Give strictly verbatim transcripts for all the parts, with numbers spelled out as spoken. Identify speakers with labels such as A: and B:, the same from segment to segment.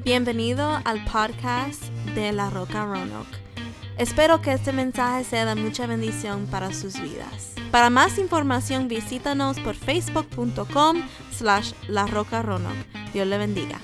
A: Bienvenido al podcast de La Roca Roanoke. Espero que este mensaje sea de mucha bendición para sus vidas. Para más información, visítanos por facebook.com slash La Roca Roanoke. Dios le bendiga.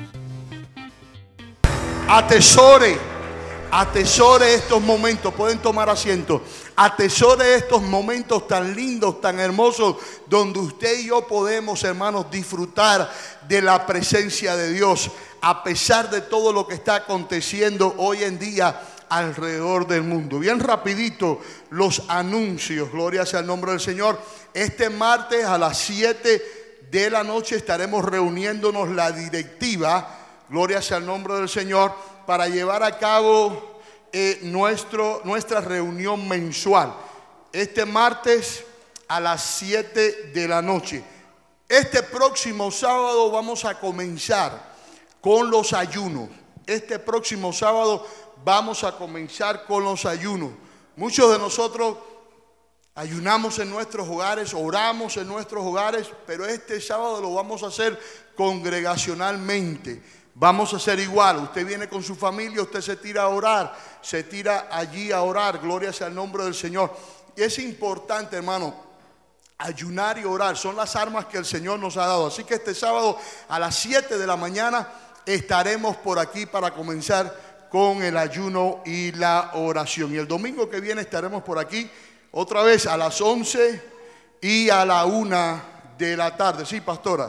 B: Atesore, atesore estos momentos. Pueden tomar asiento. Atesore estos momentos tan lindos, tan hermosos, donde usted y yo podemos, hermanos, disfrutar de la presencia de Dios, a pesar de todo lo que está aconteciendo hoy en día alrededor del mundo. Bien rapidito los anuncios, gloria sea el nombre del Señor. Este martes a las siete de la noche estaremos reuniéndonos la directiva, gloria sea el nombre del Señor, para llevar a cabo eh, nuestro, nuestra reunión mensual. Este martes a las siete de la noche. Este próximo sábado vamos a comenzar con los ayunos. Este próximo sábado vamos a comenzar con los ayunos. Muchos de nosotros ayunamos en nuestros hogares, oramos en nuestros hogares, pero este sábado lo vamos a hacer congregacionalmente. Vamos a hacer igual. Usted viene con su familia, usted se tira a orar, se tira allí a orar. Gloria sea el nombre del Señor. Y es importante, hermano, ayunar y orar. Son las armas que el Señor nos ha dado. Así que este sábado a las siete de la mañana estaremos por aquí para comenzar con el ayuno y la oración. Y el domingo que viene estaremos por aquí otra vez a las once y a la una de la tarde. Sí, pastora.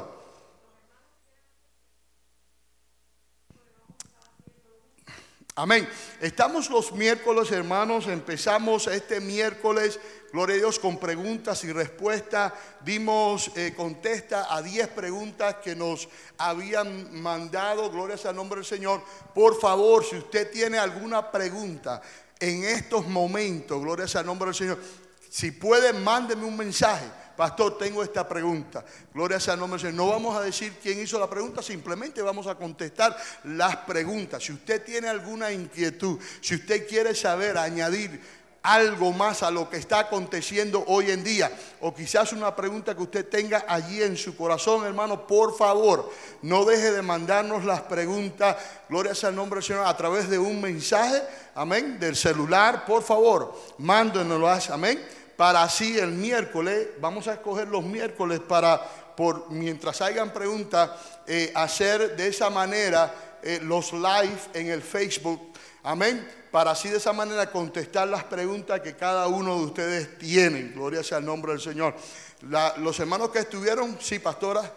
B: Amén. Estamos los miércoles, hermanos. Empezamos este miércoles, gloria a Dios, con preguntas y respuestas. Dimos eh, contesta a diez preguntas que nos habían mandado. Gloria sea el nombre del Señor. Por favor, si usted tiene alguna pregunta en estos momentos, gloria sea el nombre del Señor, si puede, mándeme un mensaje. Pastor, tengo esta pregunta. Gloria sea el nombre del Señor. No vamos a decir quién hizo la pregunta, simplemente vamos a contestar las preguntas. Si usted tiene alguna inquietud, si usted quiere saber, añadir algo más a lo que está aconteciendo hoy en día, o quizás una pregunta que usted tenga allí en su corazón, hermano, por favor, no deje de mandarnos las preguntas, gloria sea el nombre del Señor, a través de un mensaje, amén, del celular. Por favor, mándenoslas, amén. Para así el miércoles, vamos a escoger los miércoles para, por mientras hayan preguntas, eh, hacer de esa manera eh, los live en el Facebook, amén, para así de esa manera contestar las preguntas que cada uno de ustedes tienen. Gloria sea el nombre del Señor. La, los hermanos que estuvieron, sí, pastora.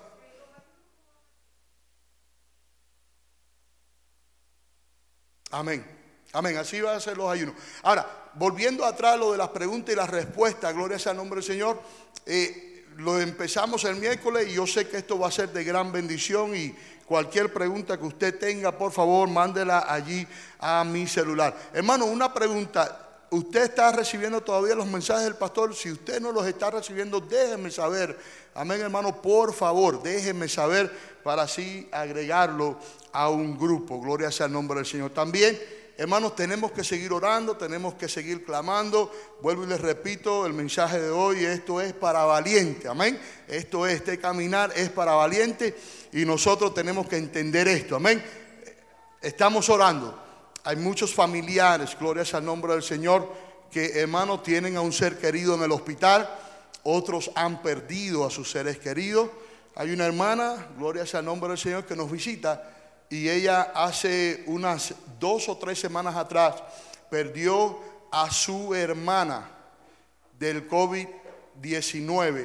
B: Amén. Amén, así va a ser los ayunos. Ahora, volviendo atrás lo de las preguntas y las respuestas, gloria sea el nombre del Señor. Eh, lo empezamos el miércoles y yo sé que esto va a ser de gran bendición, y cualquier pregunta que usted tenga, por favor, mándela allí a mi celular. Hermano, una pregunta. ¿Usted está recibiendo todavía los mensajes del pastor? Si usted no los está recibiendo, déjeme saber. Amén, hermano, por favor, déjeme saber para así agregarlo a un grupo. Gloria sea el nombre del Señor. También, hermanos, tenemos que seguir orando, tenemos que seguir clamando. Vuelvo y les repito, el mensaje de hoy, esto es para valiente, amén. Esto es, este caminar es para valiente, y nosotros tenemos que entender esto, amén. Estamos orando. Hay muchos familiares, gloria sea el nombre del Señor, que, hermanos, tienen a un ser querido en el hospital. Otros han perdido a sus seres queridos. Hay una hermana, gloria sea el nombre del Señor, que nos visita. Y ella hace unas dos o tres semanas atrás perdió a su hermana del COVID diecinueve.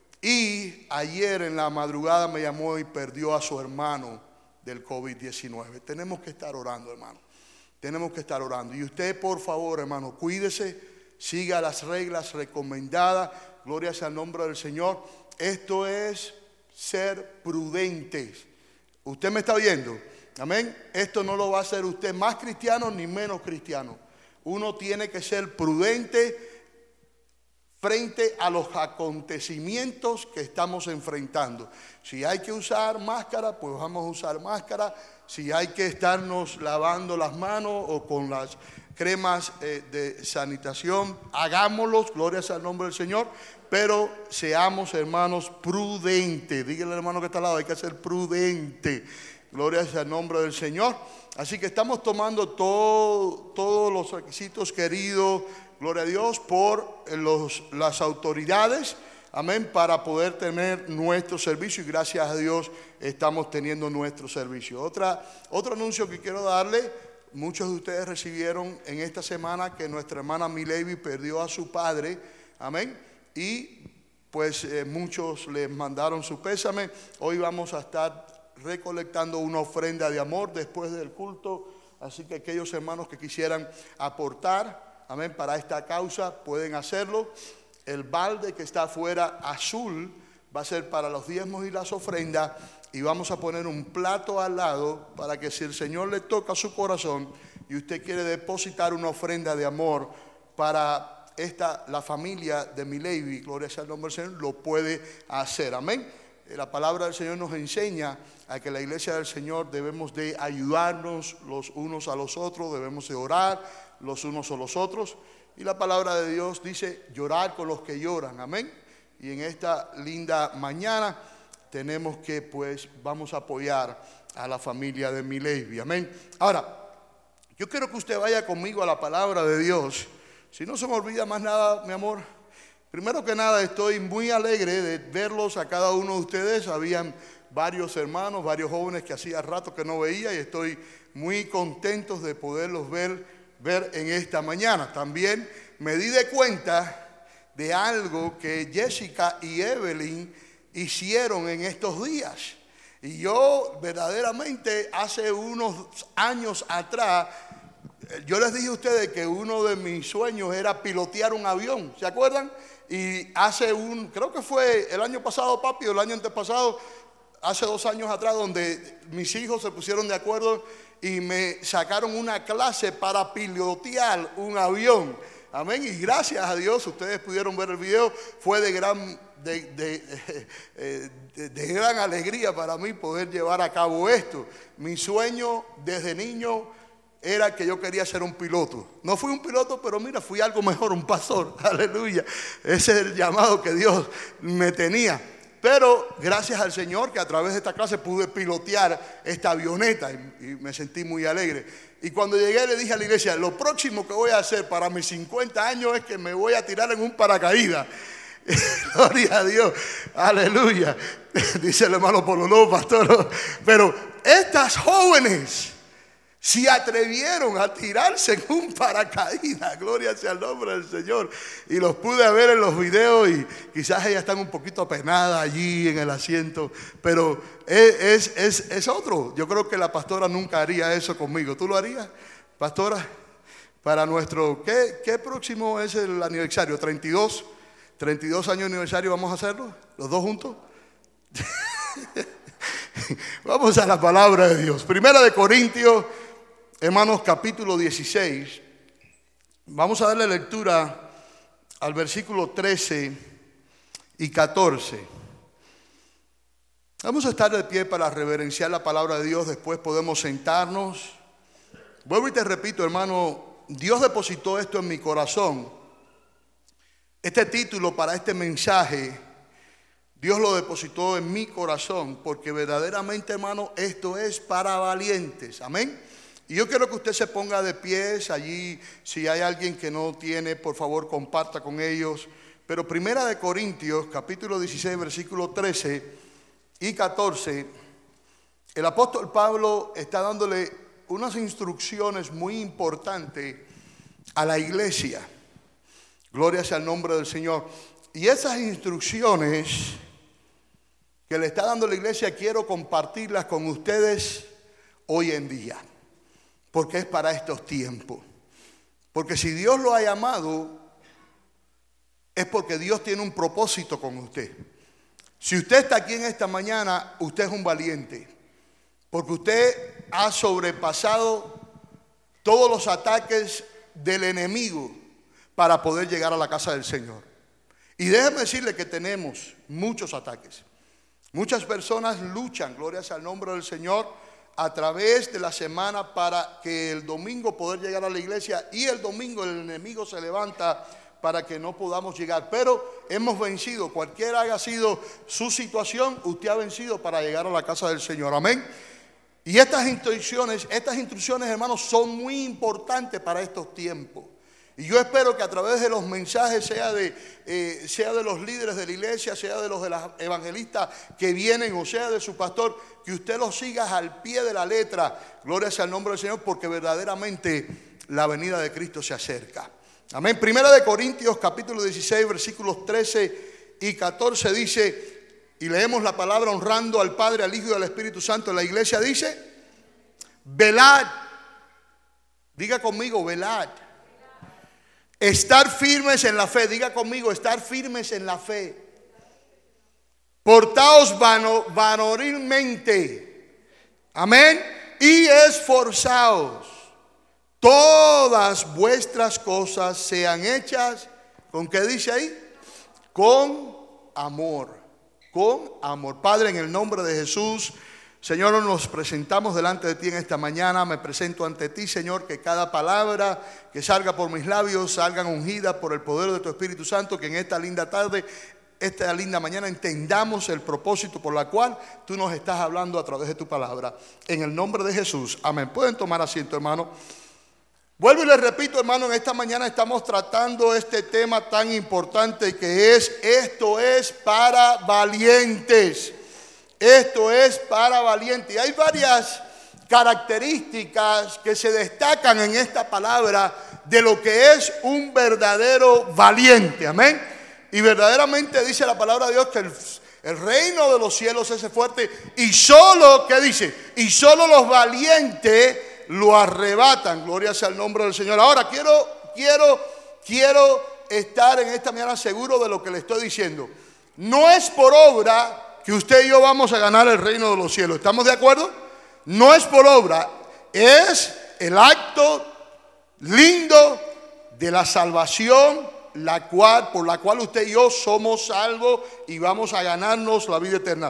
B: Y ayer en la madrugada me llamó y perdió a su hermano del COVID diecinueve. Tenemos que estar orando, hermano. Tenemos que estar orando. Y usted, por favor, hermano, cuídese, siga las reglas recomendadas. Gloria sea el nombre del Señor. Esto es ser prudentes. ¿Usted me está oyendo? Amén. Esto no lo va a hacer usted más cristiano ni menos cristiano. Uno tiene que ser prudente frente a los acontecimientos que estamos enfrentando. Si hay que usar máscara, pues vamos a usar máscara. Si hay que estarnos lavando las manos o con las cremas eh, de sanitación, hagámoslos, gloria sea al nombre del Señor. Pero seamos, hermanos, prudentes. Dígale al hermano que está al lado, hay que ser prudente. Gloria sea el nombre del Señor. Así que estamos tomando todo, todos los requisitos queridos, gloria a Dios, por los, las autoridades, amén, para poder tener nuestro servicio, y gracias a Dios estamos teniendo nuestro servicio. Otra, otro anuncio que quiero darle: muchos de ustedes recibieron en esta semana que nuestra hermana Milady perdió a su padre, amén, y pues eh, muchos les mandaron su pésame. Hoy vamos a estar recolectando una ofrenda de amor después del culto, así que aquellos hermanos que quisieran aportar, amén, para esta causa pueden hacerlo. El balde que está afuera azul va a ser para los diezmos y las ofrendas, y vamos a poner un plato al lado para que si el Señor le toca su corazón y usted quiere depositar una ofrenda de amor para esta, la familia de Milady, gloria sea el nombre del Señor, lo puede hacer, amén. La palabra del Señor nos enseña a que la iglesia del Señor debemos de ayudarnos los unos a los otros, debemos de orar los unos a los otros, y la palabra de Dios dice llorar con los que lloran, amén. Y en esta linda mañana tenemos que, pues, vamos a apoyar a la familia de Milady, amén. Ahora, yo quiero que usted vaya conmigo a la palabra de Dios. Si no se me olvida más nada, mi amor, primero que nada estoy muy alegre de verlos a cada uno de ustedes. Habían varios hermanos, varios jóvenes que hacía rato que no veía, y estoy muy contento de poderlos ver, ver en esta mañana. También me di de cuenta de algo que Jessica y Evelyn hicieron en estos días. Y yo verdaderamente hace unos años atrás, yo les dije a ustedes que uno de mis sueños era pilotear un avión, ¿se acuerdan? Y hace un, creo que fue el año pasado, papi, o el año antepasado, hace dos años atrás, donde mis hijos se pusieron de acuerdo y me sacaron una clase para pilotear un avión. Amén. Y gracias a Dios, ustedes pudieron ver el video, fue de gran, de, de, de, de, de gran alegría para mí poder llevar a cabo esto. Mi sueño desde niño era que yo quería ser un piloto. No fui un piloto, pero mira, fui algo mejor, un pastor. Aleluya. Ese es el llamado que Dios me tenía. Pero gracias al Señor que a través de esta clase pude pilotear esta avioneta, y, y me sentí muy alegre. Y cuando llegué le dije a la iglesia: lo próximo que voy a hacer para mis cincuenta años es que me voy a tirar en un paracaídas. Gloria a Dios, aleluya. Dice el hermano Polo: no, pastor. Pero estas jóvenes se atrevieron a tirarse en un paracaídas, gloria sea el nombre del Señor. Y los pude ver en los videos, y quizás ellas están un poquito apenadas allí en el asiento, pero es, es, es otro. Yo creo que la pastora nunca haría eso conmigo. ¿Tú lo harías, pastora? Para nuestro, ¿qué, qué próximo es el aniversario? treinta y dos, treinta y dos años de aniversario, ¿vamos a hacerlo? ¿Los dos juntos? Vamos a la palabra de Dios. Primera de Corintios, hermanos, capítulo dieciséis. Vamos a darle lectura al versículo trece y catorce. Vamos a estar de pie para reverenciar la palabra de Dios. Después podemos sentarnos. Vuelvo y te repito, hermano, Dios depositó esto en mi corazón. Este título para este mensaje, Dios lo depositó en mi corazón, porque verdaderamente, hermano, esto es para valientes. Amén. Y yo quiero que usted se ponga de pies allí. Si hay alguien que no tiene, por favor, comparta con ellos. Pero Primera de Corintios, capítulo dieciséis, versículo trece y catorce, el apóstol Pablo está dándole unas instrucciones muy importantes a la iglesia. Gloria sea el nombre del Señor. Y esas instrucciones que le está dando la iglesia, quiero compartirlas con ustedes hoy en día, porque es para estos tiempos. Porque si Dios lo ha llamado, es porque Dios tiene un propósito con usted. Si usted está aquí en esta mañana, usted es un valiente, porque usted ha sobrepasado todos los ataques del enemigo para poder llegar a la casa del Señor. Y déjeme decirle que tenemos muchos ataques. Muchas personas luchan, gloria sea al nombre del Señor, a través de la semana para que el domingo poder llegar a la iglesia, y el domingo el enemigo se levanta para que no podamos llegar. Pero hemos vencido, cualquiera haya sido su situación, usted ha vencido para llegar a la casa del Señor. Amén. Y estas instrucciones, estas instrucciones, hermanos, son muy importantes para estos tiempos. Y yo espero que a través de los mensajes, sea de, eh, sea de los líderes de la iglesia, sea de los de las evangelistas que vienen, o sea de su pastor, que usted los siga al pie de la letra. Gloria sea al nombre del Señor, porque verdaderamente la venida de Cristo se acerca. Amén. Primera de Corintios, capítulo dieciséis, versículos trece y catorce dice, y leemos la palabra honrando al Padre, al Hijo y al Espíritu Santo. La iglesia dice, velad. Diga conmigo, velad. Estar firmes en la fe. Diga conmigo, estar firmes en la fe. Portaos vano, varonilmente. Amén. Y esforzaos. Todas vuestras cosas sean hechas. ¿Con qué dice ahí? Con amor. Con amor. Padre, en el nombre de Jesús, Señor, nos presentamos delante de ti en esta mañana. Me presento ante ti, Señor, que cada palabra que salga por mis labios salgan ungidas por el poder de tu Espíritu Santo. Que en esta linda tarde, esta linda mañana, entendamos el propósito por la cual tú nos estás hablando a través de tu palabra. En el nombre de Jesús, amén. Pueden tomar asiento, hermano. Vuelvo y les repito, hermano, en esta mañana estamos tratando este tema tan importante que es, esto es para valientes. Esto es para valientes. Y hay varias características que se destacan en esta palabra de lo que es un verdadero valiente. Amén. Y verdaderamente dice la palabra de Dios que el, el reino de los cielos es fuerte y solo, ¿qué dice? Y solo los valientes lo arrebatan. Gloria sea el nombre del Señor. Ahora quiero, quiero, quiero estar en esta mañana seguro de lo que le estoy diciendo. No es por obra que usted y yo vamos a ganar el reino de los cielos. ¿Estamos de acuerdo? No es por obra, es el acto lindo de la salvación, la cual, por la cual usted y yo somos salvos y vamos a ganarnos la vida eterna.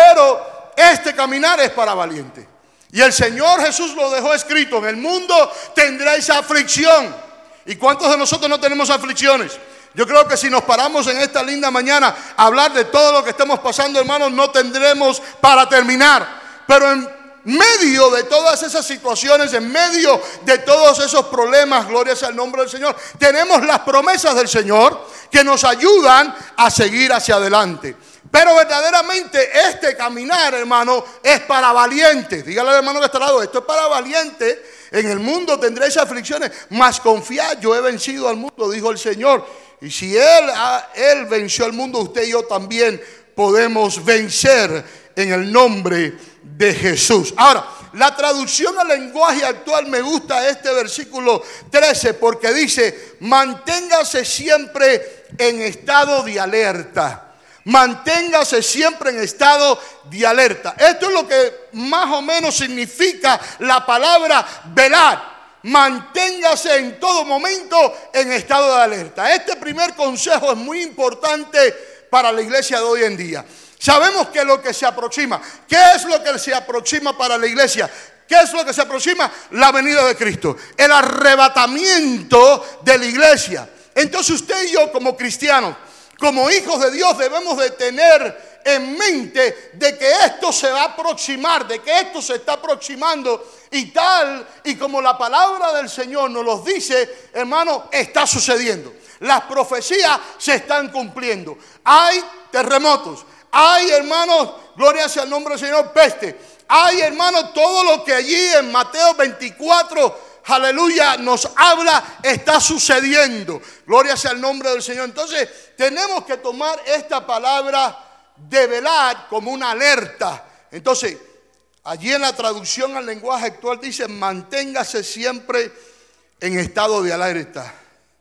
B: Pero este caminar es para valientes. Y el Señor Jesús lo dejó escrito: en el mundo tendréis aflicción. ¿Y cuántos de nosotros no tenemos aflicciones? Yo creo que si nos paramos en esta linda mañana a hablar de todo lo que estamos pasando, hermanos, no tendremos para terminar. Pero en medio de todas esas situaciones, en medio de todos esos problemas, gloria sea el nombre del Señor, tenemos las promesas del Señor que nos ayudan a seguir hacia adelante. Pero verdaderamente este caminar, hermano, es para valientes. Dígale al hermano que está al lado, esto es para valientes. En el mundo tendréis aflicciones, mas confiad, yo he vencido al mundo, dijo el Señor. Y si Él, Él venció al mundo, usted y yo también podemos vencer en el nombre de Jesús. Ahora, la traducción al lenguaje actual, me gusta este versículo trece, porque dice, manténgase siempre en estado de alerta. Manténgase siempre en estado de alerta. Esto es lo que más o menos significa la palabra velar. Manténgase en todo momento en estado de alerta. Este primer consejo es muy importante para la iglesia de hoy en día. Sabemos que lo que se aproxima, ¿qué es lo que se aproxima para la iglesia? ¿Qué es lo que se aproxima? La venida de Cristo, el arrebatamiento de la iglesia. Entonces usted y yo como cristianos, como hijos de Dios, debemos de tener en mente de que esto se va a aproximar, de que esto se está aproximando, y tal y como la palabra del Señor nos lo dice, hermano, está sucediendo. Las profecías se están cumpliendo. Hay terremotos, hay, hermanos, gloria sea el nombre del Señor, peste. Hay, hermanos, todo lo que allí en Mateo veinticuatro, aleluya, nos habla, está sucediendo. Gloria sea el nombre del Señor. Entonces tenemos que tomar esta palabra de velar como una alerta. Entonces, allí en la traducción al lenguaje actual dice, manténgase siempre en estado de alerta.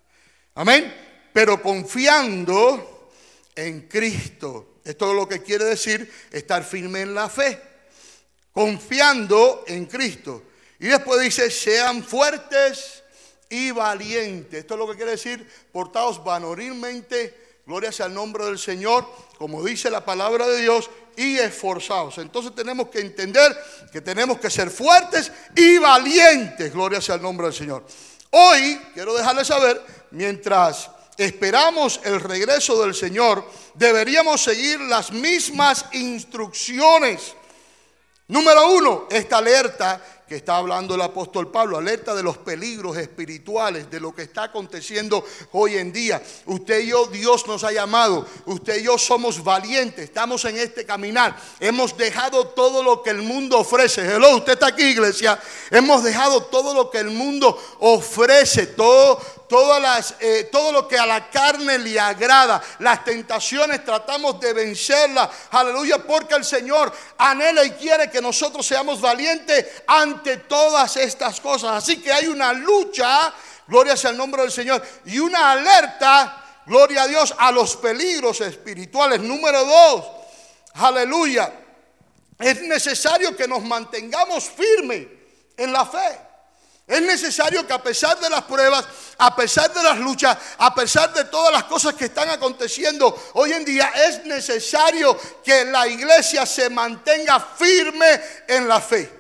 B: Amén. Pero confiando en Cristo. Esto es lo que quiere decir estar firme en la fe. Confiando en Cristo. Y después dice, sean fuertes y valientes. Esto es lo que quiere decir, portaos varonilmente, gloria sea el nombre del Señor, como dice la palabra de Dios, y esforzados. Entonces tenemos que entender que tenemos que ser fuertes y valientes, gloria sea el nombre del Señor. Hoy quiero dejarles saber, mientras esperamos el regreso del Señor, deberíamos seguir las mismas instrucciones Número uno, esta alerta que está hablando el apóstol Pablo, alerta de los peligros espirituales, de lo que está aconteciendo hoy en día. Usted y yo, Dios nos ha llamado, usted y yo somos valientes, estamos en este caminar, hemos dejado todo lo que el mundo ofrece. Hello, usted está aquí, iglesia, hemos dejado todo lo que el mundo ofrece, todo Todas las, eh, todo lo que a la carne le agrada, las tentaciones tratamos de vencerlas, aleluya, porque el Señor anhela y quiere que nosotros seamos valientes ante todas estas cosas. Así que hay una lucha, gloria sea el nombre del Señor, y una alerta, gloria a Dios, a los peligros espirituales. Número dos, aleluya, es necesario que nos mantengamos firmes en la fe. Es necesario que a pesar de las pruebas, a pesar de las luchas, a pesar de todas las cosas que están aconteciendo hoy en día, es necesario que la iglesia se mantenga firme en la fe.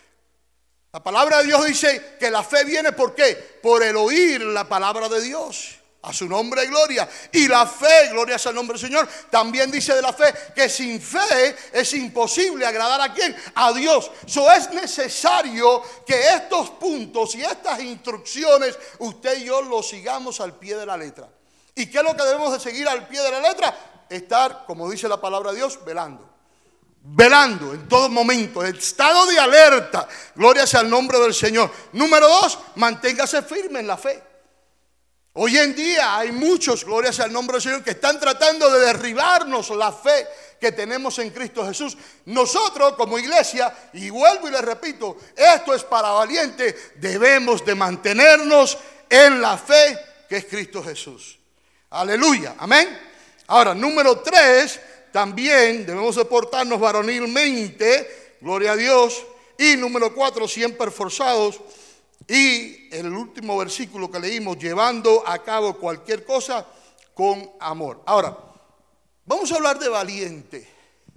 B: La palabra de Dios dice que la fe viene ¿por qué? Por el oír la palabra de Dios. A su nombre gloria. Y la fe, gloria sea el nombre del Señor, también dice de la fe que sin fe es imposible agradar a quién, a Dios. Eso es necesario que estos puntos y estas instrucciones usted y yo los sigamos al pie de la letra. ¿Y qué es lo que debemos de seguir al pie de la letra? Estar, como dice la palabra de Dios, velando. Velando en todo momento, en estado de alerta. Gloria sea el nombre del Señor. Número dos, manténgase firme en la fe. Hoy en día hay muchos, gloria sea el nombre del Señor, que están tratando de derribarnos la fe que tenemos en Cristo Jesús. Nosotros como iglesia, y vuelvo y les repito, esto es para valientes, debemos de mantenernos en la fe que es Cristo Jesús. Aleluya, amén. Ahora, número tres, también debemos de portarnos varonilmente, gloria a Dios. Y número cuatro, siempre esforzados. Y en el último versículo que leímos, llevando a cabo cualquier cosa con amor. Ahora, vamos a hablar de valiente.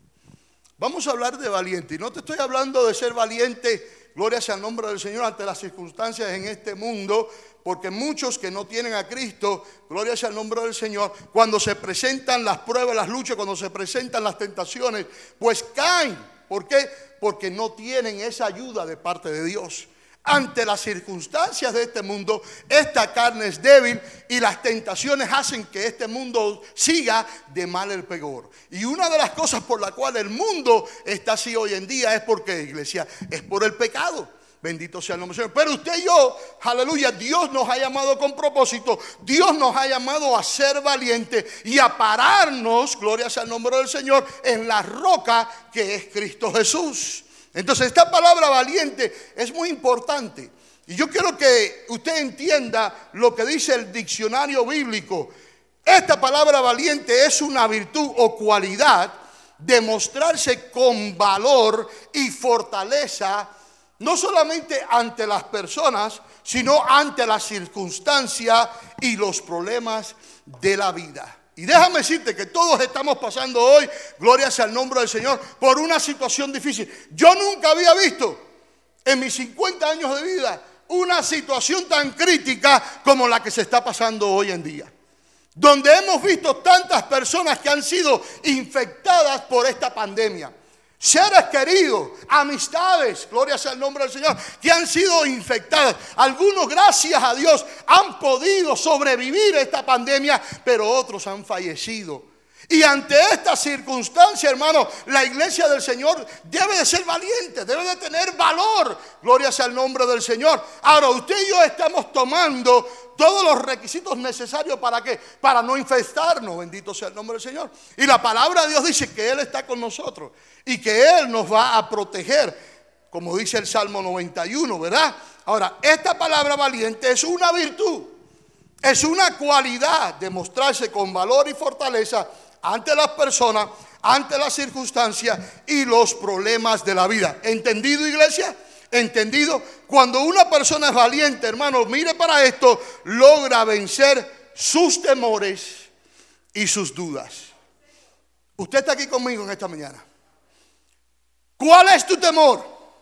B: Vamos a hablar de valiente. Y no te estoy hablando de ser valiente, gloria sea el nombre del Señor, ante las circunstancias en este mundo. Porque muchos que no tienen a Cristo, gloria sea el nombre del Señor, cuando se presentan las pruebas, las luchas, cuando se presentan las tentaciones, pues caen. ¿Por qué? Porque no tienen esa ayuda de parte de Dios. Ante las circunstancias de este mundo, esta carne es débil y las tentaciones hacen que este mundo siga de mal en peor. Y una de las cosas por la cual el mundo está así hoy en día es porque, iglesia, es por el pecado. Bendito sea el nombre del Señor. Pero usted y yo, aleluya, Dios nos ha llamado con propósito. Dios nos ha llamado a ser valientes y a pararnos, gloria sea el nombre del Señor, en la roca que es Cristo Jesús. Entonces esta palabra valiente es muy importante. Y yo quiero que usted entienda lo que dice el diccionario bíblico. Esta palabra valiente es una virtud o cualidad de mostrarse con valor y fortaleza, no solamente ante las personas, sino ante las circunstancias y los problemas de la vida. Y déjame decirte que todos estamos pasando hoy, gloria sea el nombre del Señor, por una situación difícil. Yo nunca había visto en mis cincuenta años de vida una situación tan crítica como la que se está pasando hoy en día. Donde hemos visto tantas personas que han sido infectadas por esta pandemia. Seres queridos, amistades, gloria sea el nombre del Señor, que han sido infectadas. Algunos, gracias a Dios, han podido sobrevivir a esta pandemia, pero otros han fallecido. Y ante esta circunstancia, hermano, la iglesia del Señor debe de ser valiente, debe de tener valor. Gloria sea el nombre del Señor. Ahora, usted y yo estamos tomando todos los requisitos necesarios para qué, para no infestarnos, bendito sea el nombre del Señor. Y la palabra de Dios dice que Él está con nosotros y que Él nos va a proteger, como dice el Salmo noventa y uno, ¿verdad? Ahora, esta palabra valiente es una virtud, es una cualidad de mostrarse con valor y fortaleza ante las personas, ante las circunstancias y los problemas de la vida. ¿Entendido, iglesia? ¿Entendido? Cuando una persona es valiente, hermano, mire para esto, logra vencer sus temores y sus dudas. Usted está aquí conmigo en esta mañana. ¿Cuál es tu temor?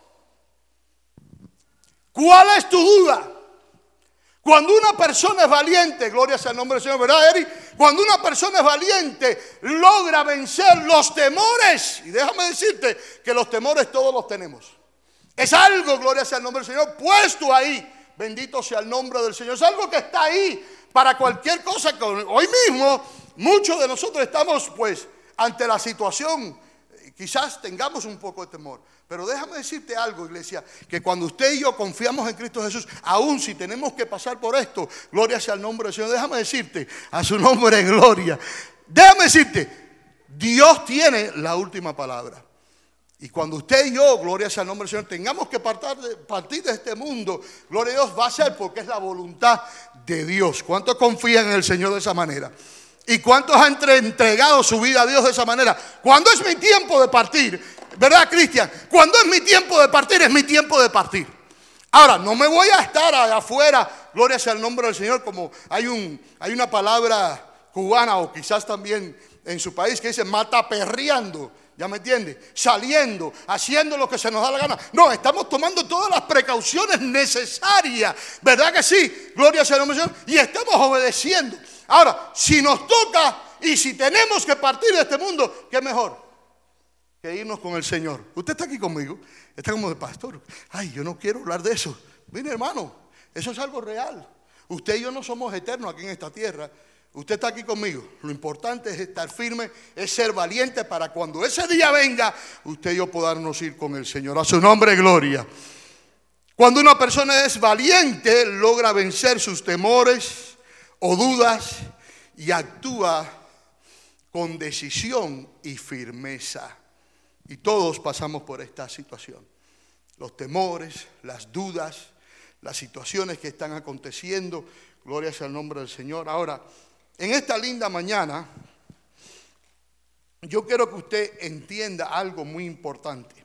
B: ¿Cuál es tu duda? Cuando una persona es valiente, gloria sea el nombre del Señor, ¿verdad, Eri? Cuando una persona es valiente, logra vencer los temores. Y déjame decirte que los temores todos los tenemos. Es algo, gloria sea el nombre del Señor, puesto ahí. Bendito sea el nombre del Señor. Es algo que está ahí para cualquier cosa. Que hoy mismo muchos de nosotros estamos pues ante la situación. Quizás tengamos un poco de temor. Pero déjame decirte algo, iglesia, que cuando usted y yo confiamos en Cristo Jesús, aun si tenemos que pasar por esto, gloria sea el nombre del Señor. Déjame decirte, a su nombre gloria. Déjame decirte, Dios tiene la última palabra. Y cuando usted y yo, gloria sea el nombre del Señor, tengamos que partir de, partir de este mundo, gloria a Dios, va a ser porque es la voluntad de Dios. ¿Cuántos confían en el Señor de esa manera? ¿Y cuántos han entregado su vida a Dios de esa manera? Cuando es mi tiempo de partir, ¿verdad, Cristian? Cuando es mi tiempo de partir, es mi tiempo de partir. Ahora, no me voy a estar allá afuera, gloria sea el nombre del Señor, como hay, un, hay una palabra cubana o quizás también en su país que dice mataperreando. ¿Ya me entiende? Saliendo, haciendo lo que se nos da la gana. No, estamos tomando todas las precauciones necesarias. ¿Verdad que sí? Gloria sea el nombre del Señor. Y estamos obedeciendo. Ahora, si nos toca y si tenemos que partir de este mundo, ¿qué mejor que irnos con el Señor? Usted está aquí conmigo. Está como de pastor. Ay, yo no quiero hablar de eso. Mire, hermano, eso es algo real. Usted y yo no somos eternos aquí en esta tierra. Usted está aquí conmigo. Lo importante es estar firme, es ser valiente para cuando ese día venga, usted y yo podamos ir con el Señor. A su nombre, gloria. Cuando una persona es valiente, logra vencer sus temores o dudas y actúa con decisión y firmeza. Y todos pasamos por esta situación. Los temores, las dudas, las situaciones que están aconteciendo. Gloria sea el nombre del Señor. Ahora, en esta linda mañana, yo quiero que usted entienda algo muy importante.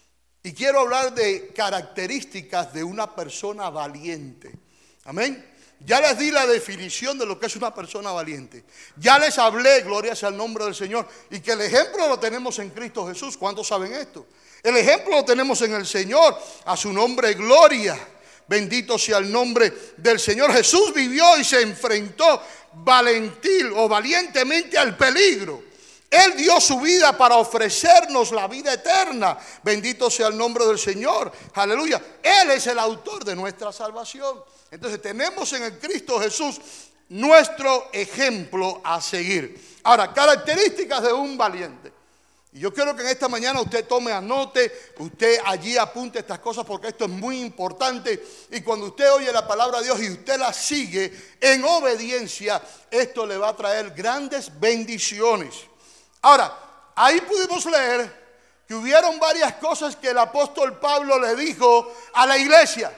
B: Y quiero hablar de características de una persona valiente. Amén. Ya les di la definición de lo que es una persona valiente. Ya les hablé, gloria sea el nombre del Señor. Y que el ejemplo lo tenemos en Cristo Jesús. ¿Cuántos saben esto? El ejemplo lo tenemos en el Señor. A su nombre, gloria. Bendito sea el nombre del Señor. Jesús vivió y se enfrentó valentil o valientemente al peligro. Él dio su vida para ofrecernos la vida eterna. Bendito sea el nombre del Señor. Aleluya. Él es el autor de nuestra salvación. Entonces tenemos en el Cristo Jesús nuestro ejemplo a seguir. Ahora, características de un valiente. Y yo quiero que en esta mañana usted tome anote, usted allí apunte estas cosas porque esto es muy importante. Y cuando usted oye la palabra de Dios y usted la sigue en obediencia, esto le va a traer grandes bendiciones. Ahora, ahí pudimos leer que hubieron varias cosas que el apóstol Pablo le dijo a la iglesia.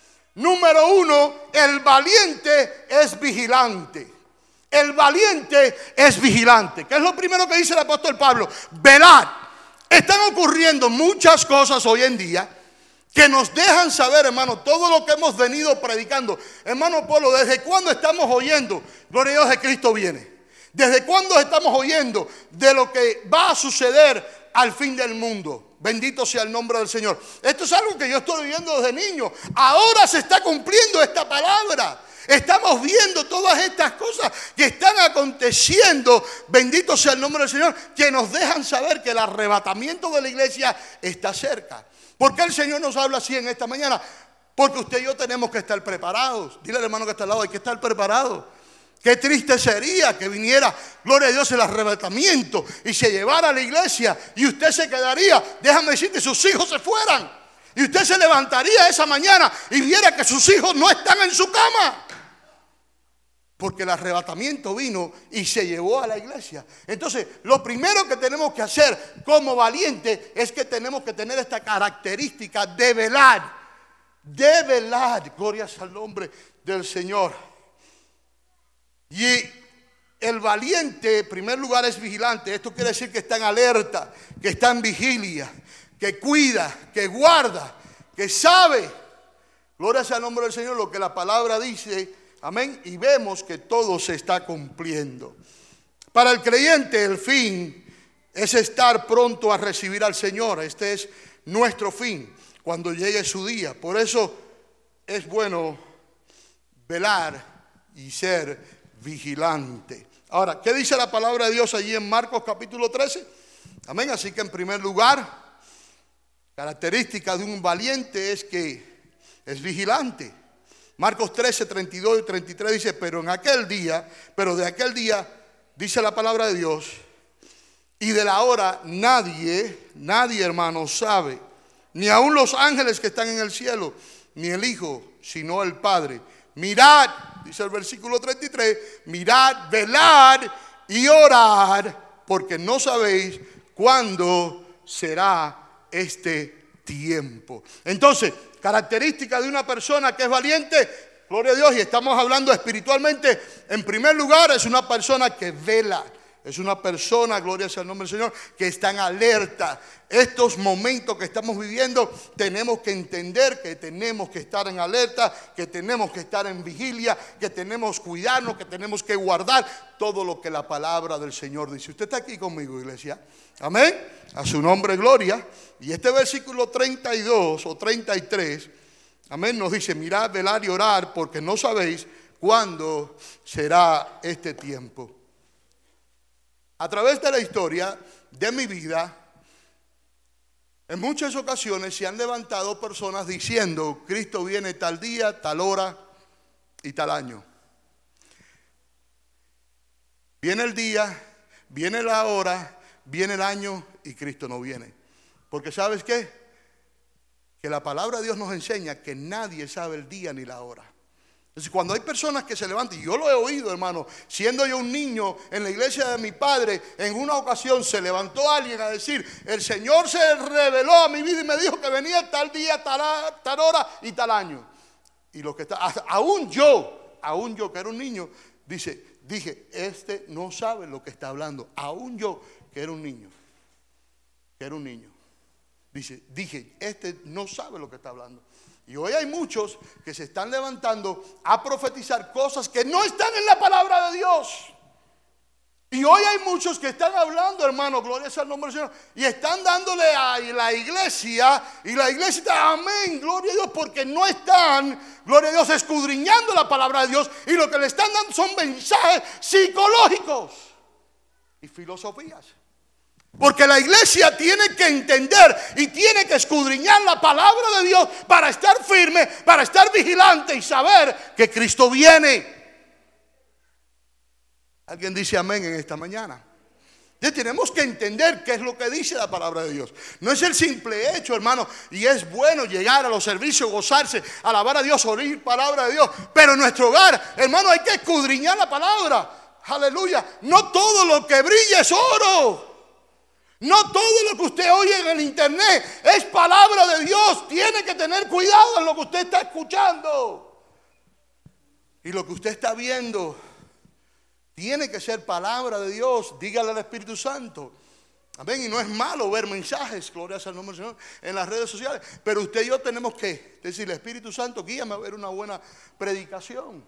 B: Número uno, el valiente es vigilante. El valiente es vigilante. ¿Qué es lo primero que dice el apóstol Pablo? Velad. Están ocurriendo muchas cosas hoy en día que nos dejan saber, hermano, todo lo que hemos venido predicando. Hermano Polo, ¿desde cuándo estamos oyendo? Gloria a Dios, de Cristo viene. ¿Desde cuándo estamos oyendo de lo que va a suceder al fin del mundo? Bendito sea el nombre del Señor. Esto es algo que yo estoy viviendo desde niño. Ahora se está cumpliendo esta palabra. Estamos viendo todas estas cosas que están aconteciendo, bendito sea el nombre del Señor, que nos dejan saber que el arrebatamiento de la iglesia está cerca. ¿Por qué el Señor nos habla así en esta mañana? Porque usted y yo tenemos que estar preparados. Dile al hermano que está al lado, hay que estar preparados. Qué triste sería que viniera, gloria a Dios, el arrebatamiento y se llevara a la iglesia y usted se quedaría, déjame decirte, sus hijos se fueran. Y usted se levantaría esa mañana y viera que sus hijos no están en su cama. Porque el arrebatamiento vino y se llevó a la iglesia. Entonces, lo primero que tenemos que hacer como valiente es que tenemos que tener esta característica de velar. De velar. Gloria al nombre del Señor. Y el valiente, en primer lugar, es vigilante. Esto quiere decir que está en alerta, que está en vigilia, que cuida, que guarda, que sabe. Gloria al nombre del Señor, lo que la palabra dice. Amén. Y vemos que todo se está cumpliendo. Para el creyente el fin es estar pronto a recibir al Señor. Este es nuestro fin cuando llegue su día. Por eso es bueno velar y ser vigilante. Ahora, ¿qué dice la palabra de Dios allí en Marcos capítulo trece? Amén. Así que en primer lugar, característica de un valiente es que es vigilante. Marcos trece, treinta y dos y treinta y tres dice, pero en aquel día, pero de aquel día, dice la palabra de Dios, y de la hora nadie, nadie hermano sabe, ni aun los ángeles que están en el cielo, ni el Hijo, sino el Padre. Mirad, dice el versículo treinta y tres, mirad, velad y orad, porque no sabéis cuándo será este tiempo. Entonces, característica de una persona que es valiente, gloria a Dios, y estamos hablando espiritualmente, en primer lugar es una persona que vela. Es una persona, gloria sea el nombre del Señor, que está en alerta. Estos momentos que estamos viviendo, tenemos que entender que tenemos que estar en alerta, que tenemos que estar en vigilia, que tenemos que cuidarnos, que tenemos que guardar todo lo que la palabra del Señor dice. Usted está aquí conmigo, iglesia. Amén. A su nombre, gloria. Y este versículo treinta y dos o treinta y tres, amén, nos dice, mirad, velar y orar, porque no sabéis cuándo será este tiempo. A través de la historia de mi vida, en muchas ocasiones se han levantado personas diciendo, Cristo viene tal día, tal hora y tal año. Viene el día, viene la hora, viene el año y Cristo no viene. Porque ¿sabes qué? Que la palabra de Dios nos enseña que nadie sabe el día ni la hora. Entonces, cuando hay personas que se levantan, y yo lo he oído, hermano, siendo yo un niño en la iglesia de mi padre, en una ocasión se levantó alguien a decir, el Señor se reveló a mi vida y me dijo que venía tal día, tal, tal hora y tal año. Y lo que está, aún yo, aún yo que era un niño, dice, dije, este no sabe lo que está hablando. Aún yo que era un niño, que era un niño, dice, dije, este no sabe lo que está hablando. Y hoy hay muchos que se están levantando a profetizar cosas que no están en la palabra de Dios. Y hoy hay muchos que están hablando, hermano, gloria sea el nombre del Señor, y están dándole a la iglesia, y la iglesia está, amén, gloria a Dios, porque no están, gloria a Dios, escudriñando la palabra de Dios, y lo que le están dando son mensajes psicológicos y filosofías. Porque la iglesia tiene que entender y tiene que escudriñar la palabra de Dios para estar firme, para estar vigilante y saber que Cristo viene. Alguien dice amén en esta mañana. Ya tenemos que entender qué es lo que dice la palabra de Dios. No es el simple hecho, hermano, y es bueno llegar a los servicios, gozarse, alabar a Dios, oír palabra de Dios. Pero en nuestro hogar, hermano, hay que escudriñar la palabra. Aleluya. No todo lo que brilla es oro. No todo lo que usted oye en el internet es palabra de Dios. Tiene que tener cuidado en lo que usted está escuchando. Y lo que usted está viendo tiene que ser palabra de Dios. Dígale al Espíritu Santo. Amén. Y no es malo ver mensajes, gloria sea el nombre del Señor, en las redes sociales. Pero usted y yo tenemos que decirle, Espíritu Santo, guíame a ver una buena predicación.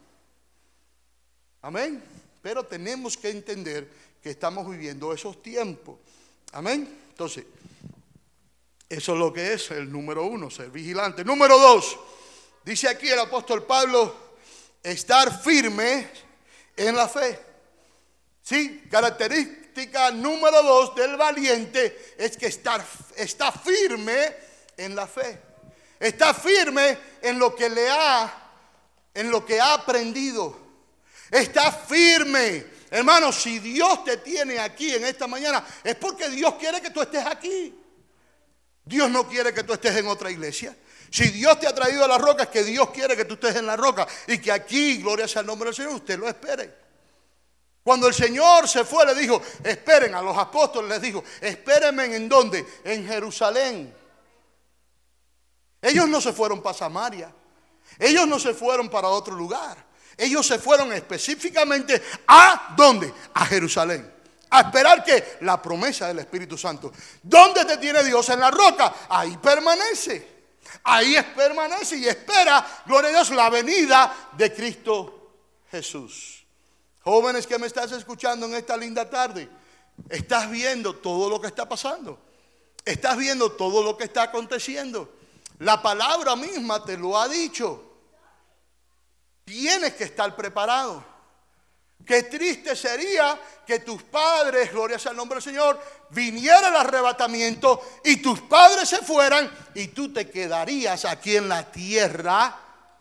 B: Amén. Pero tenemos que entender que estamos viviendo esos tiempos. Amén. Entonces, eso es lo que es el número uno, ser vigilante. Número dos, dice aquí el apóstol Pablo, estar firme en la fe. Sí, característica número dos del valiente es que estar, está firme en la fe. Está firme en lo que le ha, en lo que ha aprendido. Está firme. Hermano, si Dios te tiene aquí en esta mañana, es porque Dios quiere que tú estés aquí. Dios no quiere que tú estés en otra iglesia. Si Dios te ha traído a la roca, es que Dios quiere que tú estés en la roca. Y que aquí, gloria sea el nombre del Señor, usted lo espere. Cuando el Señor se fue, le dijo, esperen, a los apóstoles les dijo, espérenme en dónde, en Jerusalén. Ellos no se fueron para Samaria. Ellos no se fueron para otro lugar. Ellos se fueron específicamente a ¿dónde? A Jerusalén. A esperar que la promesa del Espíritu Santo. ¿Dónde te tiene Dios? En la roca. Ahí permanece. Ahí es permanece y espera, gloria a Dios, la venida de Cristo Jesús. Jóvenes que me estás escuchando en esta linda tarde, estás viendo todo lo que está pasando. Estás viendo todo lo que está aconteciendo. La palabra misma te lo ha dicho. Tienes que estar preparado. Qué triste sería que tus padres, gloria sea el nombre del Señor, viniera el arrebatamiento y tus padres se fueran y tú te quedarías aquí en la tierra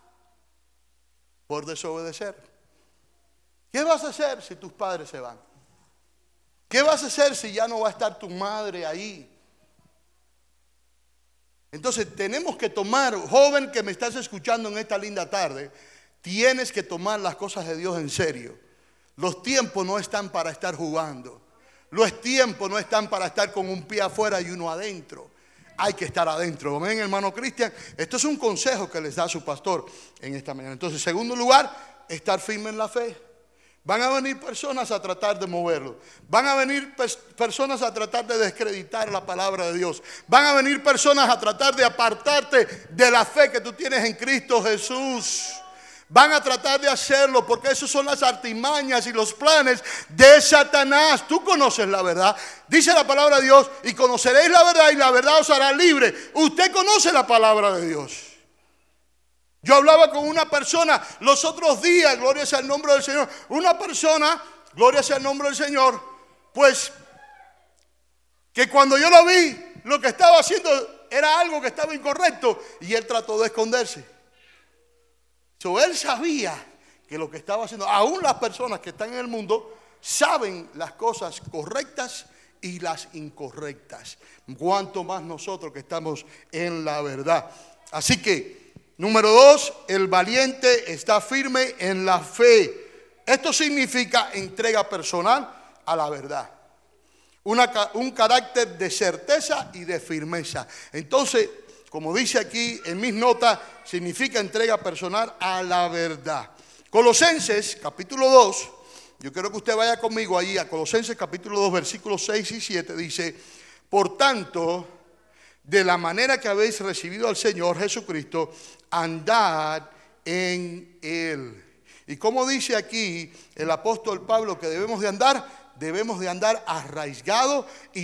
B: por desobedecer. ¿Qué vas a hacer si tus padres se van? ¿Qué vas a hacer si ya no va a estar tu madre ahí? Entonces tenemos que tomar, joven que me estás escuchando en esta linda tarde, tienes que tomar las cosas de Dios en serio. Los tiempos no están para estar jugando. Los tiempos no están para estar con un pie afuera y uno adentro. Hay que estar adentro. Amén, hermano Cristian. Esto es un consejo que les da su pastor en esta mañana. Entonces, en segundo lugar, estar firme en la fe. Van a venir personas a tratar de moverlo. Van a venir pers- personas a tratar de descreditar la palabra de Dios. Van a venir personas a tratar de apartarte de la fe que tú tienes en Cristo Jesús. Van a tratar de hacerlo porque esas son las artimañas y los planes de Satanás. Tú conoces la verdad. Dice la palabra de Dios, y conoceréis la verdad y la verdad os hará libre. Usted conoce la palabra de Dios. Yo hablaba con una persona los otros días, gloria sea el nombre del Señor. Una persona, gloria sea el nombre del Señor, pues que cuando yo lo vi, lo que estaba haciendo era algo que estaba incorrecto y él trató de esconderse. So, él sabía que lo que estaba haciendo, aún las personas que están en el mundo saben las cosas correctas y las incorrectas. Cuanto más nosotros que estamos en la verdad. Así que, número dos, el valiente está firme en la fe. Esto significa entrega personal a la verdad. Una, un carácter de certeza y de firmeza. Entonces, como dice aquí en mis notas, significa entrega personal a la verdad. Colosenses capítulo dos, yo quiero que usted vaya conmigo ahí a Colosenses capítulo dos, versículos seis y siete, dice: por tanto, de la manera que habéis recibido al Señor Jesucristo, andad en Él. Y como dice aquí el apóstol Pablo que debemos de andar, debemos de andar arraigados y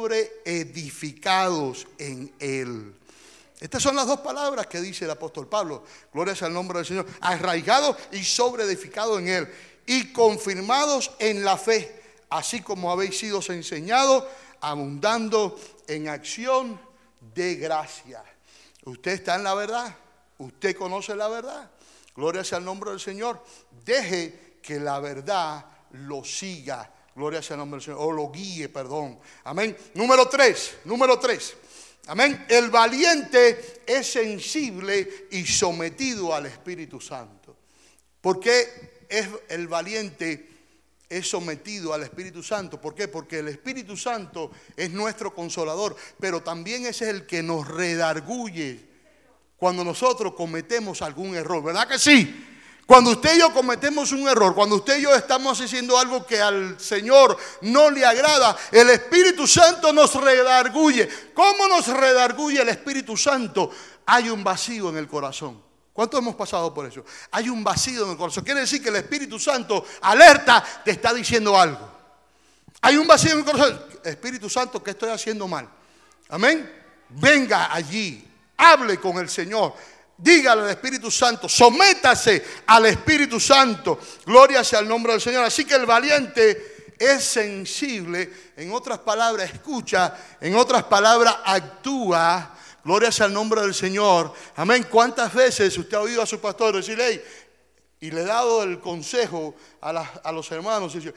B: sobreedificados en Él. Estas son las dos palabras que dice el apóstol Pablo. Gloria sea al nombre del Señor. Arraigados y sobreedificados en Él. Y confirmados en la fe, así como habéis sido enseñados, abundando en acción de gracia. Usted está en la verdad. Usted conoce la verdad. Gloria sea al nombre del Señor. Deje que la verdad lo siga. Gloria sea al nombre del Señor. O lo guíe, perdón. Amén. Número tres. Número tres. Amén. El valiente es sensible y sometido al Espíritu Santo. ¿Por qué es el valiente es sometido al Espíritu Santo? ¿Por qué? Porque el Espíritu Santo es nuestro consolador, pero también ese es el que nos redarguye cuando nosotros cometemos algún error. ¿Verdad que sí? Cuando usted y yo cometemos un error, cuando usted y yo estamos haciendo algo que al Señor no le agrada, el Espíritu Santo nos redarguye. ¿Cómo nos redarguye el Espíritu Santo? Hay un vacío en el corazón. ¿Cuántos hemos pasado por eso? Hay un vacío en el corazón. Quiere decir que el Espíritu Santo alerta, te está diciendo algo. Hay un vacío en el corazón. Espíritu Santo, ¿qué estoy haciendo mal? Amén. Venga allí, hable con el Señor. Dígale al Espíritu Santo, sométase al Espíritu Santo. Gloria sea al nombre del Señor. Así que el valiente es sensible, en otras palabras escucha, en otras palabras actúa. Gloria sea al nombre del Señor. Amén. ¿Cuántas veces usted ha oído a su pastor decirle, hey, y le he dado el consejo a, la, a los hermanos, dice,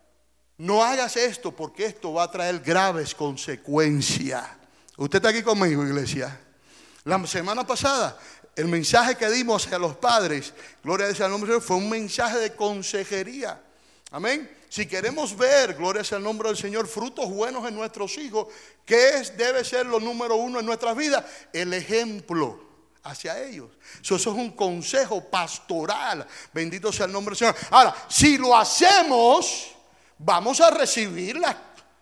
B: no hagas esto porque esto va a traer graves consecuencias? Usted está aquí conmigo, iglesia. La semana pasada el mensaje que dimos a los padres, gloria sea al nombre del Señor, fue un mensaje de consejería. Amén. Si queremos ver, gloria sea al nombre del Señor, frutos buenos en nuestros hijos, ¿qué es, debe ser lo número uno en nuestras vidas? El ejemplo hacia ellos. Eso es un consejo pastoral. Bendito sea el nombre del Señor. Ahora, si lo hacemos, vamos a recibir las,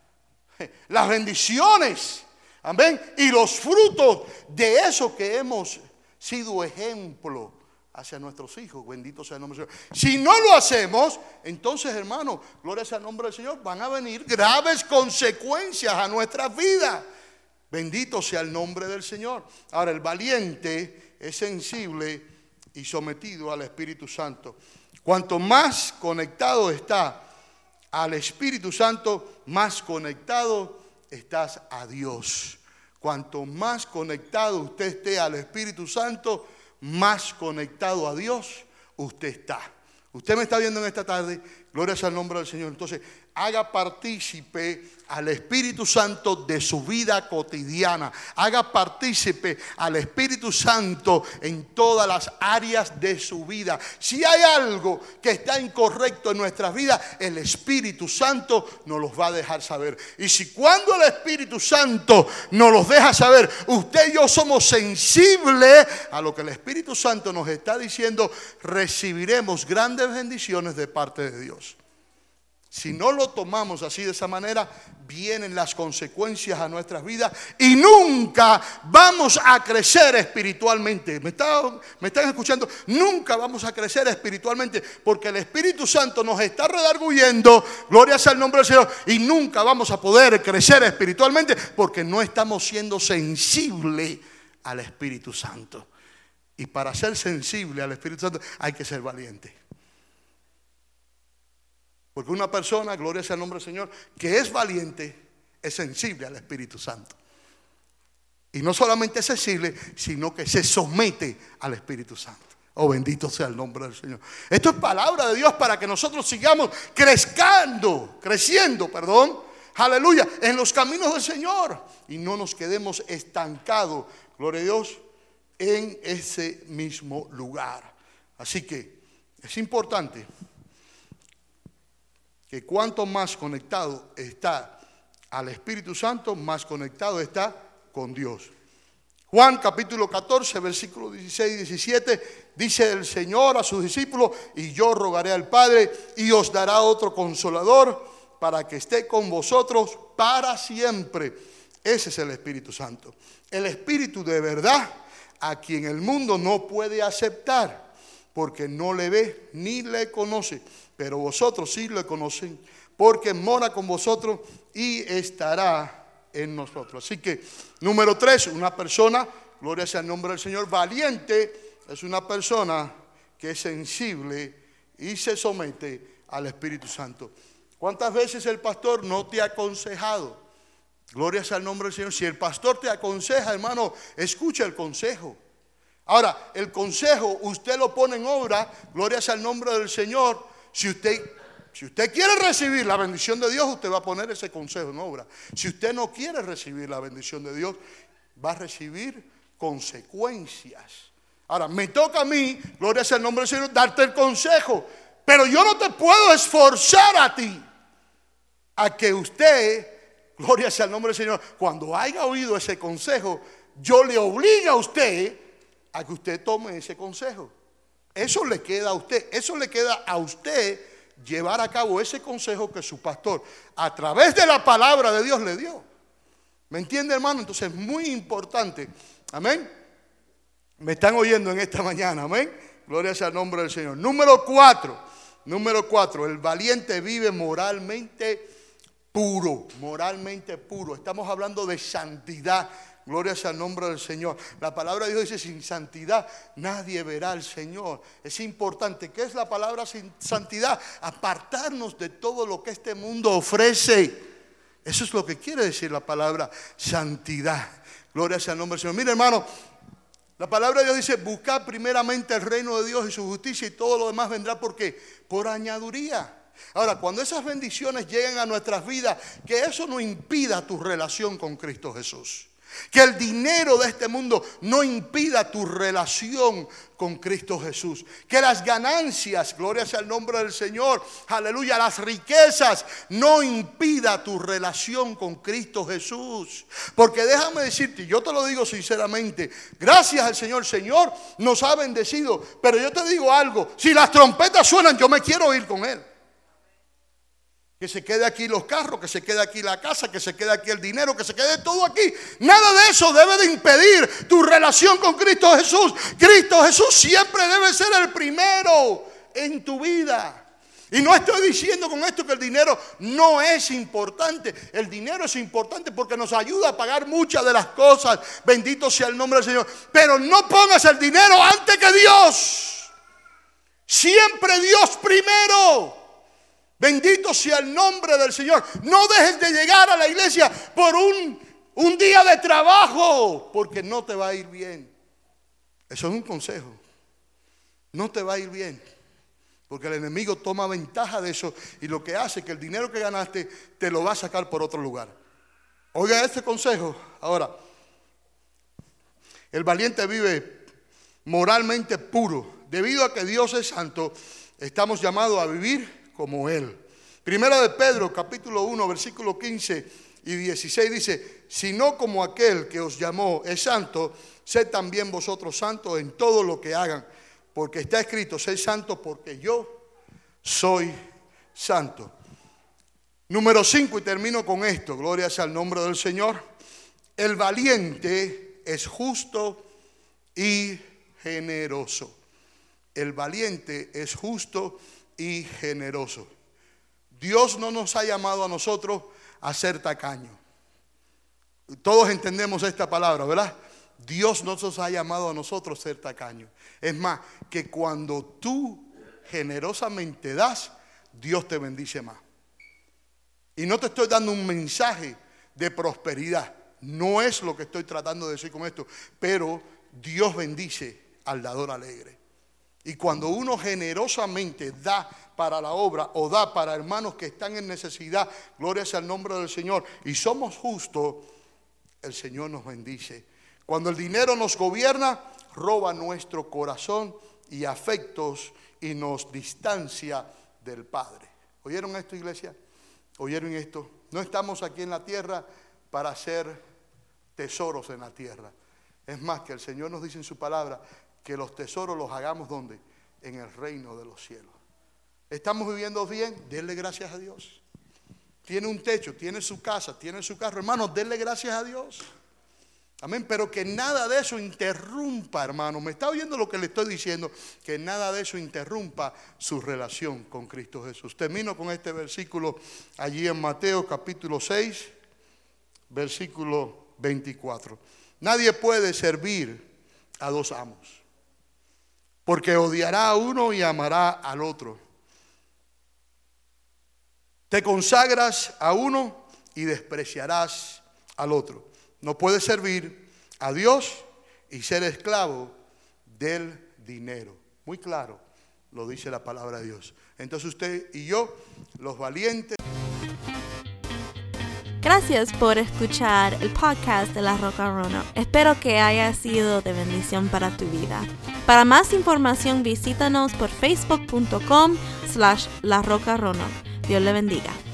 B: las bendiciones. Amén. Y los frutos de eso que hemos sido ejemplo hacia nuestros hijos. Bendito sea el nombre del Señor. Si no lo hacemos, entonces, hermano, gloria sea el nombre del Señor, van a venir graves consecuencias a nuestras vidas. Bendito sea el nombre del Señor. Ahora, el valiente es sensible y sometido al Espíritu Santo. Cuanto más conectado está al Espíritu Santo, más conectado estás a Dios. Cuanto más conectado usted esté al Espíritu Santo, más conectado a Dios usted está. Usted me está viendo en esta tarde, gloria sea al nombre del Señor. Entonces, haga partícipe al Espíritu Santo de su vida cotidiana. Haga partícipe al Espíritu Santo en todas las áreas de su vida. Si hay algo que está incorrecto en nuestras vidas, el Espíritu Santo nos los va a dejar saber. Y si cuando el Espíritu Santo nos los deja saber, usted y yo somos sensibles a lo que el Espíritu Santo nos está diciendo, recibiremos grandes bendiciones de parte de Dios. Si no lo tomamos así, de esa manera, vienen las consecuencias a nuestras vidas y nunca vamos a crecer espiritualmente. ¿Me están, me están escuchando? Nunca vamos a crecer espiritualmente porque el Espíritu Santo nos está redarguyendo, gloria sea el nombre del Señor, y nunca vamos a poder crecer espiritualmente porque no estamos siendo sensibles al Espíritu Santo. Y para ser sensible al Espíritu Santo hay que ser valiente. Porque una persona, gloria sea el nombre del Señor, que es valiente, es sensible al Espíritu Santo. Y no solamente es sensible, sino que se somete al Espíritu Santo. Oh, bendito sea el nombre del Señor. Esto es palabra de Dios para que nosotros sigamos creciendo, creciendo, perdón, aleluya, en los caminos del Señor. Y no nos quedemos estancados, gloria a Dios, en ese mismo lugar. Así que es importante que cuanto más conectado está al Espíritu Santo, más conectado está con Dios. Juan capítulo catorce, versículo dieciséis y diecisiete, dice el Señor a sus discípulos: y yo rogaré al Padre y os dará otro consolador para que esté con vosotros para siempre. Ese es el Espíritu Santo. El Espíritu de verdad, a quien el mundo no puede aceptar, porque no le ve ni le conoce. Pero vosotros sí lo conocen, porque mora con vosotros y estará en nosotros. Así que, número tres, una persona, gloria sea el nombre del Señor, valiente, es una persona que es sensible y se somete al Espíritu Santo. ¿Cuántas veces el pastor no te ha aconsejado? Gloria sea el nombre del Señor. Si el pastor te aconseja, hermano, escucha el consejo. Ahora, el consejo usted lo pone en obra, gloria sea el nombre del Señor. Si usted, si usted quiere recibir la bendición de Dios, usted va a poner ese consejo en obra. Si usted no quiere recibir la bendición de Dios, va a recibir consecuencias. Ahora, me toca a mí, gloria sea el nombre del Señor, darte el consejo. Pero yo no te puedo esforzar a ti a que usted, gloria sea el nombre del Señor, cuando haya oído ese consejo, yo le obligue a usted a que usted tome ese consejo. Eso le queda a usted, eso le queda a usted llevar a cabo ese consejo que su pastor a través de la palabra de Dios le dio. ¿Me entiende, hermano? Entonces es muy importante. Amén. Me están oyendo en esta mañana, amén. Gloria sea al nombre del Señor. Número cuatro, número cuatro, el valiente vive moralmente puro, moralmente puro. Estamos hablando de santidad. Gloria sea al nombre del Señor. La palabra de Dios dice: sin santidad nadie verá al Señor. Es importante. ¿Qué es la palabra sin santidad? Apartarnos de todo lo que este mundo ofrece. Eso es lo que quiere decir la palabra santidad. Gloria sea al nombre del Señor. Mire, hermano, la palabra de Dios dice: buscad primeramente el reino de Dios y su justicia, y todo lo demás vendrá. ¿Por qué? Por añadiduría. Ahora, cuando esas bendiciones lleguen a nuestras vidas, que eso no impida tu relación con Cristo Jesús. Que el dinero de este mundo no impida tu relación con Cristo Jesús. Que las ganancias, gloria sea el nombre del Señor, aleluya, las riquezas no impida tu relación con Cristo Jesús. Porque déjame decirte, yo te lo digo sinceramente, gracias al Señor, Señor nos ha bendecido. Pero yo te digo algo, si las trompetas suenan, yo me quiero ir con Él. Que se quede aquí los carros, que se quede aquí la casa, que se quede aquí el dinero, que se quede todo aquí. Nada de eso debe de impedir tu relación con Cristo Jesús. Cristo Jesús siempre debe ser el primero en tu vida. Y no estoy diciendo con esto que el dinero no es importante. El dinero es importante porque nos ayuda a pagar muchas de las cosas. Bendito sea el nombre del Señor. Pero no pongas el dinero antes que Dios. Siempre Dios primero. Bendito sea el nombre del Señor. No dejes de llegar a la iglesia por un, un día de trabajo, porque no te va a ir bien. Eso es un consejo. No te va a ir bien, porque el enemigo toma ventaja de eso y lo que hace es que el dinero que ganaste te lo va a sacar por otro lugar. Oiga este consejo. Ahora, el valiente vive moralmente puro. Debido a que Dios es santo, estamos llamados a vivir como Él. Primera de Pedro, capítulo uno, versículo quince y dieciséis dice: sino como aquel que os llamó es santo, sed también vosotros santos en todo lo que hagan, porque está escrito: sed santos porque yo soy santo. Número cinco, y termino con esto, gloria sea al nombre del Señor. El valiente es justo y generoso. El valiente es justo y generoso. Dios no nos ha llamado a nosotros a ser tacaños. Todos entendemos esta palabra, ¿verdad? Dios no nos ha llamado a nosotros a ser tacaños. Es más, que cuando tú generosamente das, Dios te bendice más. Y no te estoy dando un mensaje de prosperidad. No es lo que estoy tratando de decir con esto. Pero Dios bendice al dador alegre. Y cuando uno generosamente da para la obra o da para hermanos que están en necesidad, gloria sea el nombre del Señor, y somos justos, el Señor nos bendice. Cuando el dinero nos gobierna, roba nuestro corazón y afectos y nos distancia del Padre. ¿Oyeron esto, iglesia? ¿Oyeron esto? No estamos aquí en la tierra para hacer tesoros en la tierra. Es más, que el Señor nos dice en su palabra que los tesoros los hagamos ¿dónde? En el reino de los cielos. ¿Estamos viviendo bien? Denle gracias a Dios. Tiene un techo, tiene su casa, tiene su carro. Hermanos, denle gracias a Dios. Amén. Pero que nada de eso interrumpa, hermano. ¿Me está oyendo lo que le estoy diciendo? Que nada de eso interrumpa su relación con Cristo Jesús. Termino con este versículo allí en Mateo capítulo seis, versículo veinticuatro. Nadie puede servir a dos amos, porque odiará a uno y amará al otro. Te consagras a uno y despreciarás al otro. No puedes servir a Dios y ser esclavo del dinero. Muy claro lo dice la palabra de Dios. Entonces usted y yo, los valientes.
A: Gracias por escuchar el podcast de La Roca Roanoke. Espero que haya sido de bendición para tu vida. Para más información visítanos por facebook punto com slash La Roca Roanoke. Dios le bendiga.